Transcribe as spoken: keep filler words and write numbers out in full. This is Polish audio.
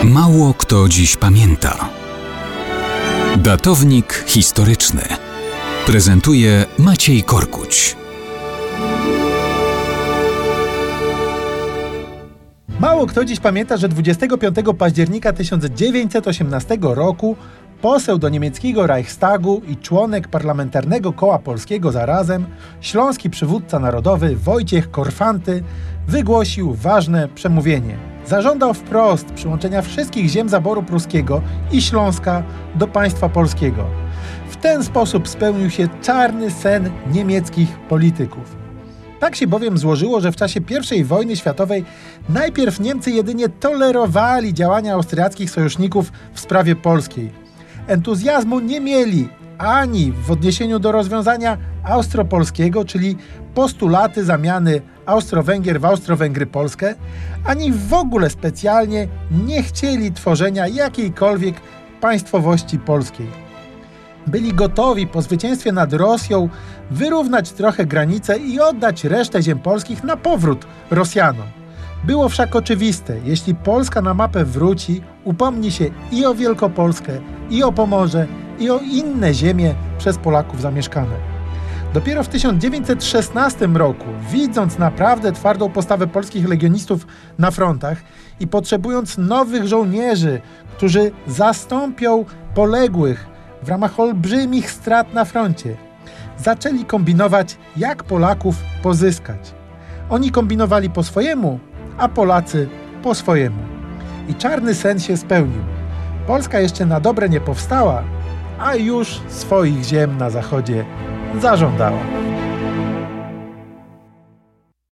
Mało kto dziś pamięta. Datownik historyczny prezentuje Maciej Korkuć. Mało kto dziś pamięta, że dwudziestego piątego października tysiąc dziewięćset osiemnastego roku poseł do niemieckiego Reichstagu i członek parlamentarnego koła polskiego Zarazem, śląski przywódca narodowy Wojciech Korfanty wygłosił ważne przemówienie. Zażądał wprost przyłączenia wszystkich ziem zaboru pruskiego i Śląska do państwa polskiego. W ten sposób spełnił się czarny sen niemieckich polityków. Tak się bowiem złożyło, że w czasie pierwszej wojny światowej najpierw Niemcy jedynie tolerowali działania austriackich sojuszników w sprawie polskiej. Entuzjazmu nie mieli ani w odniesieniu do rozwiązania austropolskiego, czyli postulaty zamiany Austro-Węgier w Austro-Węgry-Polskę, ani w ogóle specjalnie nie chcieli tworzenia jakiejkolwiek państwowości polskiej. Byli gotowi po zwycięstwie nad Rosją wyrównać trochę granice i oddać resztę ziem polskich na powrót Rosjanom. Było wszak oczywiste, jeśli Polska na mapę wróci, upomni się i o Wielkopolskę, i o Pomorze, i o inne ziemie przez Polaków zamieszkane. Dopiero w tysiąc dziewięćset szesnastym roku, widząc naprawdę twardą postawę polskich legionistów na frontach i potrzebując nowych żołnierzy, którzy zastąpią poległych w ramach olbrzymich strat na froncie, zaczęli kombinować, jak Polaków pozyskać. Oni kombinowali po swojemu, a Polacy po swojemu. I czarny sen się spełnił. Polska jeszcze na dobre nie powstała, a już swoich ziem na zachodzie zażądała.